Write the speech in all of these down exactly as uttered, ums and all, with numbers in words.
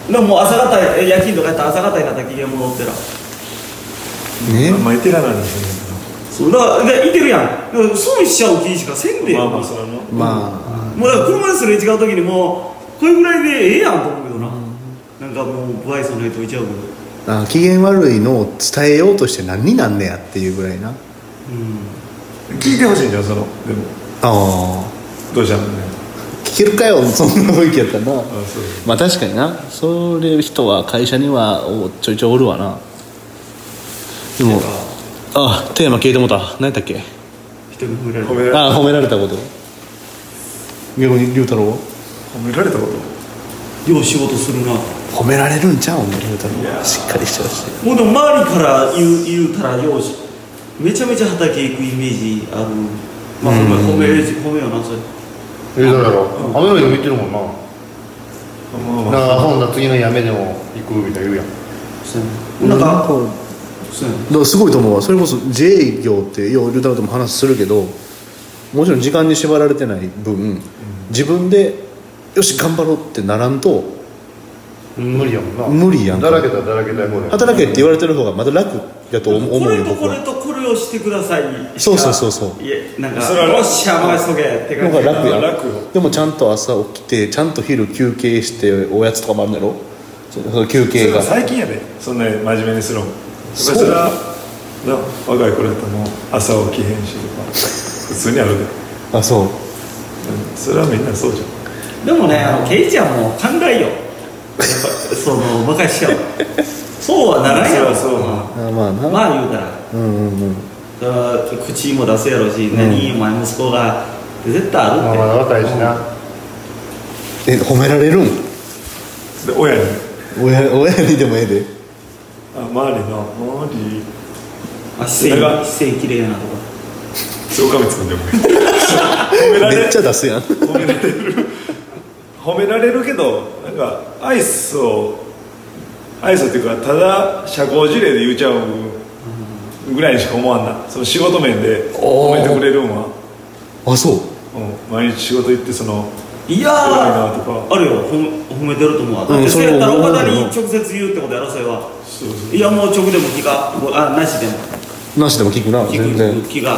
でももう朝方夜勤とかやったら朝方になったら機嫌戻ってらね、 まあいてらなんですよね。 そうだからでいてるやん。だから損しちゃう気しかせんでよ。 まあまあそれのまあもうだから車ですれ違う時にもうこれぐらいでええやんと思うけどな、なんかもう不愛想な人いちゃうけど、 あ機嫌悪いのを伝えようとして何になんねやっていうぐらいな。 うん、 聞いてほしいんじゃんそのでもああどうしたのね。 聞けるかよそんな雰囲気やったらな。 あそうまあ確かにな、そういう人は会社にはおちょいちょいおるわな。でもあテーマ聞いてもた何やったっけ。 人に褒められる褒められあ褒められたこと。逆に龍太郎は褒められたことよう仕事するな。 褒められるんちゃうん龍太郎はしっかりしてるし。 もうでも周りから言う言うたらようしめちゃめちゃ畑行くイメージある。まあ褒め褒め褒めよなそれ。 えどうやろう、雨の日も行ってるもんな。 まあだまあから遊んだ次の日雨でも行くみたいな言うやん。 そうなんかそうやだからすごいと思うわ。それこそ自営業ってよう龍太郎とも話するけど、もちろん時間に縛られてない分自分でよし頑張ろうってならんと無理やもんな。 無理やんか。 だらけたらだらけたい方で働けって言われてる方がまだ楽だと思うこれとよ僕は。 これとこれをしてくださいしかそうそうそうそういえなんかそれはよっしゃ任しとけって感じのが楽やん。 楽よでもちゃんと朝起きてちゃんと昼休憩しておやつとかもあるんだろ。そその休それは憩が最近やでそんな真面目にするもん。 そうそれはな若い頃やったらもう朝起きへんしとか普通にあるで、 あそううんそれはみんなそうじゃん。 でもねあのケイちゃんも考えよやっぱその昔はそうはならんやろ。 そうそうあまあな、 まあ言うたらうんうんうんだから口も出すやろし、何お前息子が絶対あるって、 まあまだ若いしな。 え褒められるんで親に親親にでもええで。 あ周りの周りあ姿勢なんか姿勢綺麗やなとかそうかみつくんでもいい褒められめっちゃ出すやん褒められる褒められるけどなんか愛想愛想っていうかただ社交辞令で言っちゃうぐらいにしか思わんな。その仕事面で褒めてくれるんは、 あそううん、毎日仕事行ってそのいや偉いなーとかあるよ褒め褒めてると思うわ。だってうんそうやったらそれも岡田に直接言うってことやろそれは。 そうそういやもう直でも気があなしでもなしでも聞くな気全然。 気が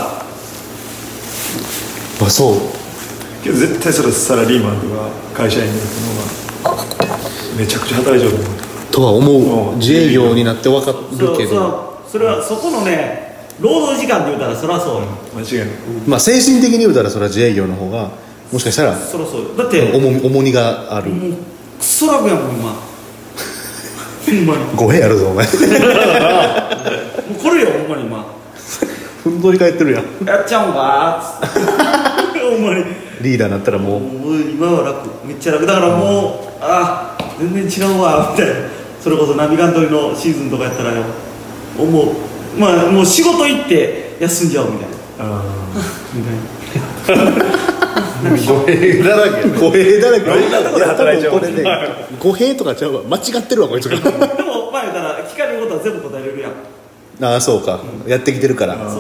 あそうけど絶対それサラリーマンとか会社員の方がめちゃくちゃ働いちゃうと思う。 とは思う。 うん自営業になって分かるけど、 そうそれはそこのね労働時間って言うたらそりゃそうよ、 間違いない。 まあ精神的に言うたらそれは自営業の方がもしかしたらそりゃそうよ。だって重み重荷がある。 もうクソ楽やもん今ほんまにも語弊あるぞお前うこれよほんまに今ふんどり返ってるやん。 やっちゃうんかーっつってほんまにリーダーになったらもうもう今は楽めっちゃ楽だからもうあ全然違うわみたいな。それこそナビガン取りのシーズンとかやったらよもうまあもう仕事行って休んじゃうみたいなあみたいな語弊だらけ。 語弊だらけ。 いろんなとこで働いちゃうこれね語弊とかちゃうわ。間違ってるわこいつがでもまあ言ったら聞かれることは全部答えれるやん。 ああそうか、やってきてるから。 そう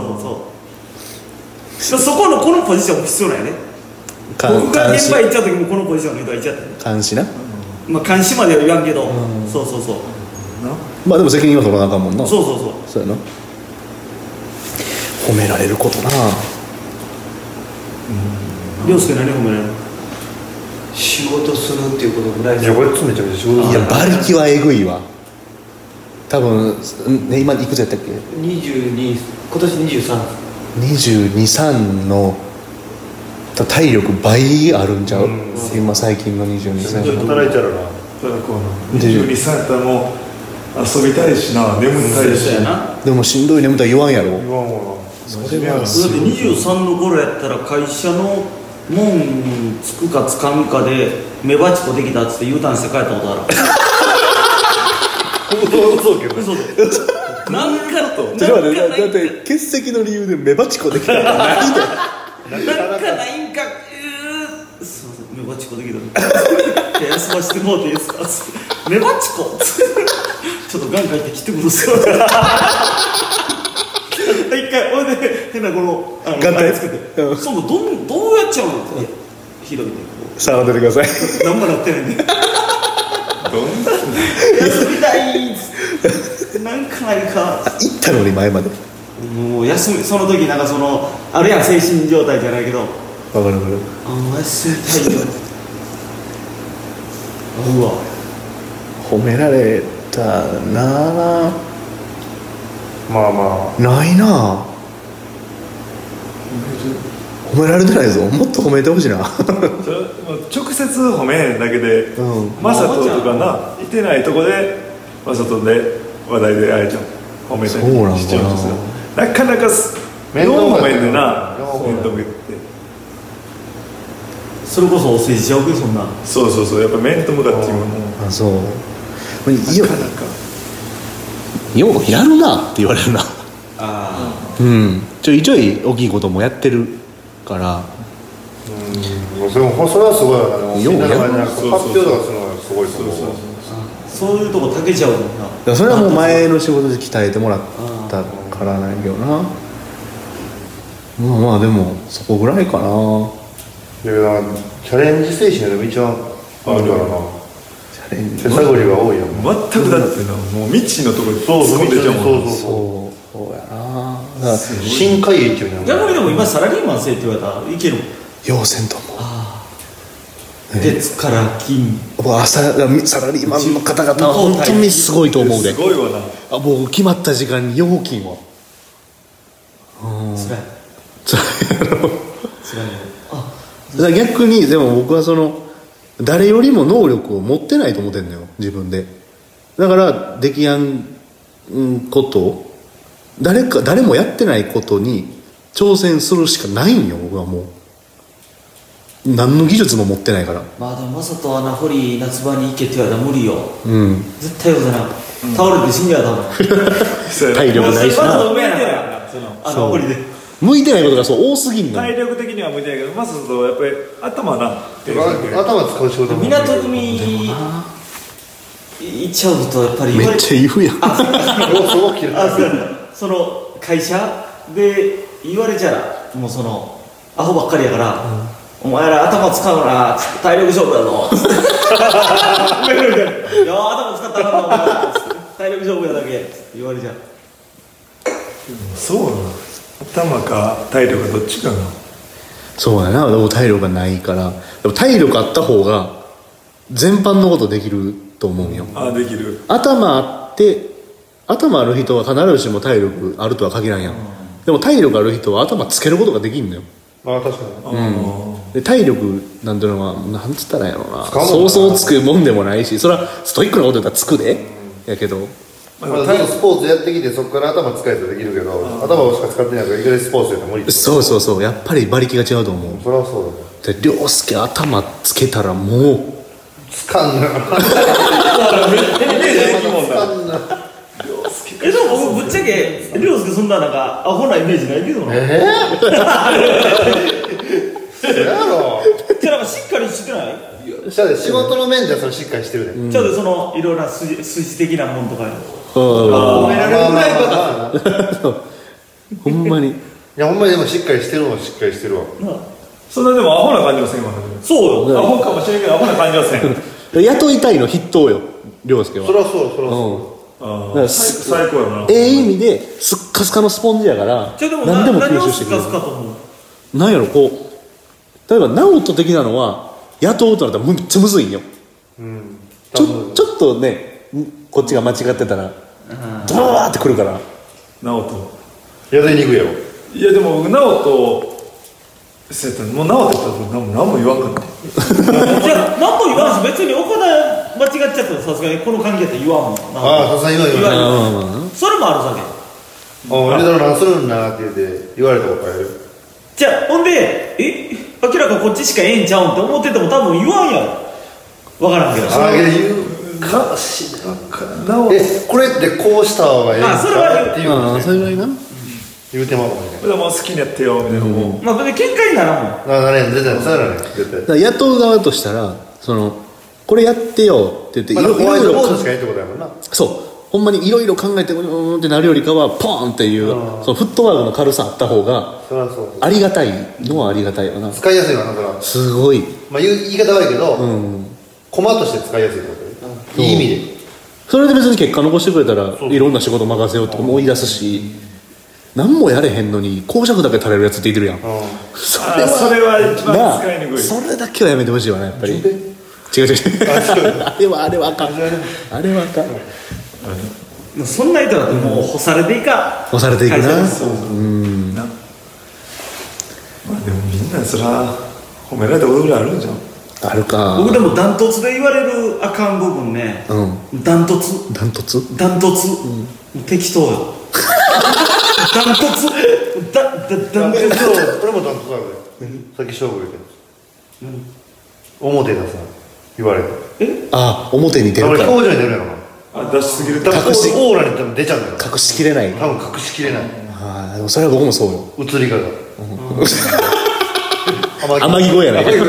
そうそこのこのポジションも必要なんやね。 か僕が監視現場行っちゃう時もこのポジションの人がいっちゃったね。 監視な。 まあ監視までは言わんけど、そうそうそうまあでも責任は取らなあかんもんな。 そうそうそうそうやな。褒められることな。 凌介何褒められる？ 仕事するっていうことぐらいいやこいつめちゃめちゃ仕事いや馬力はえぐいわ。多分ね今いくつやったっけ？ にじゅうに今年にじゅうさんにじゅうに、さんの体力倍あるんちゃう、 うん、 今最近のにじゅうに、さん働いちゃうな。 ただこうにじゅうにさいやったらもう遊びたいしな眠たいしそうやな。 でもしんどい眠たい言わんやろ。 言わんわな。 それはだってにじゅうさんの頃やったら会社の門つくかつかむかでメバチコできたっつって U ターンして帰ったことある。 嘘けど。 嘘でなんかとちょっと待って、だだって欠席の理由でメバチコできたらないで。 なんかないんかうーすいませんメバチコできたで休ませてもうていいですかつってメバチコつってちょっとガン書いて切ってくるっすよ一回俺で変なこのあの眼帯あれつけて、 うんそうどうどうやっちゃうのってひどいね触っててください。 何もなってないんでどんな休みたいっつってなんかないか行ったのに前までもう休みその時なんかそのあるやん精神状態じゃないけどわかるわかるあもう休みたいようわ褒められたなまあまあないな褒められてないぞもっと褒めてほしいなそれ直接褒めへんだけで、 うんマサトとかないてないとこでマサトで話題であれちゃん褒めたりそうなんかなしちゃうんですよなかなかす面倒よう褒めん見でなよう面倒見てそれこそお世辞ちゃうけどそんなそうそうそうやっぱ面と向かっていうのもあそうよなかなかようやるなって言われるなあうんちょいちょい大きいこともやってるからうんもうそれもそれはすごいよなようやるみんなの前でなんか発表とかするのがすごいと思うわあそういうとこたけちゃうもんなだからそれはもう前の仕事で鍛えてもらったからなんやけどなまあまあでもそこぐらいかなだけどなんかチャレンジ精神が一番あるからなチャレンジ手探りが多いやん全くだってなもう未知のところにそうそう突っ込んでちゃうもんそうそうそうそうやなだから深海域っていうの逆にでも今サラリーマンせえって言われたらいけるもん要せんと思う鉄から金もう朝サラリーマンの方々は本当にすごいと思うですごいわなあもう決まった時間に料金はつらいつらいやろつらいよあだから逆にでも僕はその誰よりも能力を持ってないと思ってんのよ自分でだからできやんことを誰か誰もやってないことに挑戦するしかないんよ僕はもう何の技術も持ってないからまあでもマサと穴掘り夏場に行けって言われたら無理ようん絶対よくな倒れて死んじゃう多分そうやな体力ないしマサなと上やからその穴掘りで向いてないことがそう多すぎんのよ体力的には向いてないけどマサトとやっぱり頭な頭使う仕事も港組行っちゃうとやっぱりめっちゃ言うやんあそうすごく嫌いあそうその会社で言われちゃらもうそのアホばっかりやから、お前ら頭使うなつって体力勝負だぞいや頭使ったらお前らつって体力勝負やだけつって言われちゃうそうなの頭か体力かどっちかなそうやなでも体力がないからでも体力あった方が全般のことできると思うよああできる頭あって頭ある人は必ずしも体力あるとは限らんやん、でも体力ある人は頭つけることができんのよまあ確かにうんで体力なんていうのはなんつったらやろうな使うもんなそうそうつくもんでもないしそれはストイックなことやったらつくで、やけどまあ、ずっとスポーツやってきてそこから頭使えたらできるけど頭しか使ってないからいきなりスポーツやったら無理そうそうそうやっぱり馬力が違うと思うそれはそうだねで涼介頭つけたらもうつかんなつかんなえでも僕ぶっちゃけ涼介そんななんかアホなイメージないけどなええやろじゃあなんかしっかりしてないじゃあ仕事の面ではそれしっかりしてるねちょっとそのいろいろな筋筋的なもんとかうん褒められるぐらいまあまあはまあまあほんまにいやほんまにでもしっかりしてるのはしっかりしてるわそんなでもアホな感じはせんわそうよアホかもしれんけどアホな感じはせん雇いたいの筆頭よ涼介はそれはそうそれはそうんあだからあ最最高やなええ意味ですっかすかのスポンジやからじゃあでも何でも何をス吸収してくれるカスかと思うなんやろこう例えばナオト的なのは雇うとなったらむっちゃむずいんよううんちょちょっとねこっちが間違ってたらドワーってくるから直人宿りに行くやろいやでも直人そうやったらもう直人やったら何も何も言わんかったじゃあ何も言わんし別に岡田間違っちゃったらさすがにこの関係やったら言わんもんああさすがに言わん言わん言わんまあまあまあそれもあるさけああ入れたら何するんだって言って言われたことあるじゃあほんでえ明らかこっちしかええんちゃうんって思ってても多分言わんやろ分からんけどああけど言うかしなんか直え人これってこうした方がええんあそれは言うかっていうあのあそれぐらいな言うてまうかもしれないでも好きにやってよみたいなもうまあ別に喧嘩にならんもんあなれん絶対そうやらね絶対だから雇う側としたらそのこれやってよって言っていまだろいホワイトろかボードしかいいってことやもんなそうほんまにいろいろ考えてうーんってなるよりかはポーンっていうそのフットワークの軽さあった方がそりゃそうありがたいのはありがたいよな使いやすいわなそれはすごいまあ言う言い方悪いけどうん駒として使いやすいってことねいい意味でそれで別に結果残してくれたらそういろんな仕事任せようとかも言い出すし、何もやれへんのに講釈だけ垂れるやつって言ってるやん。そあーそれは一番使いにくい。 それだけはやめてほしいわね、やっぱり。違う違うあれはあれはあかんあれはあかん。 そんな人だってもう干されていいか押されていくな。 会社ですうんまあでもみんなそら褒められたことぐらいあるんじゃん。 あるか。 僕でもダントツで言われるあかん部分ね、 うんダントツダントツダントツ、適当よダントツだだダントツ俺もダントツあるでさっき勝負言うけど表ださ言われてあ、表に出るからあれ表情に出るやろなあ出しすぎる多分隠しオーラに多分出ちゃうんだよ隠しきれない。 多分隠しきれないああ、でもそれは僕もそうよ。 映りがが天城越えやね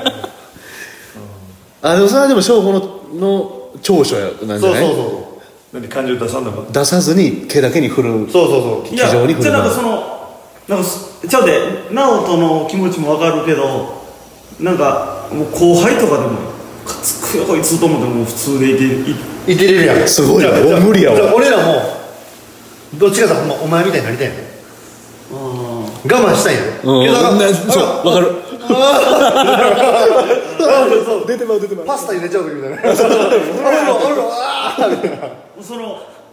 あ、でもそれはでも翔吾のの長所やなんじゃない。 そうそうそ何感情出さんのか。 出さずに毛だけに振る。 うそうそうそういや非常に振る舞うじゃあなんかそのなんかすちゃうで直人の気持ちもわかるけどなんかもう後輩とかでもかつくよこいつと思っても普通でいていいてれるやんすごいなじゃあじゃあ無理やわじゃあ俺らもどっちかさほんまお前みたいになりたいんや我慢したいんやうん、 けどなんかなそうわかる。 そう出てまう出てまう。 パスタ入れちゃう時みたいな俺も俺もあーみたいなその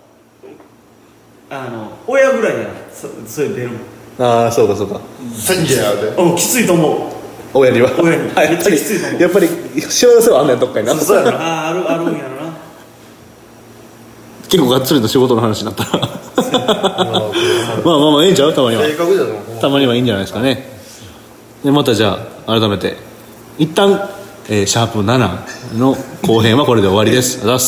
あの親ぐらいやそそれ出るああ、そうかそうか。 サンジャーでうんきついと思う親には。 親にあやっぱめっちゃきついと思うりやっぱり幸せはあんねんどっかにな。 そうやなあああるあるんやろな結構がっつりと仕事の話になったらまあまあまあええんちゃうたまには正確だと思うたまにはいいんじゃないですかね。でまたじゃあ改めて一旦、えーシャープななの後編はこれで終わりです。ありがとうございます。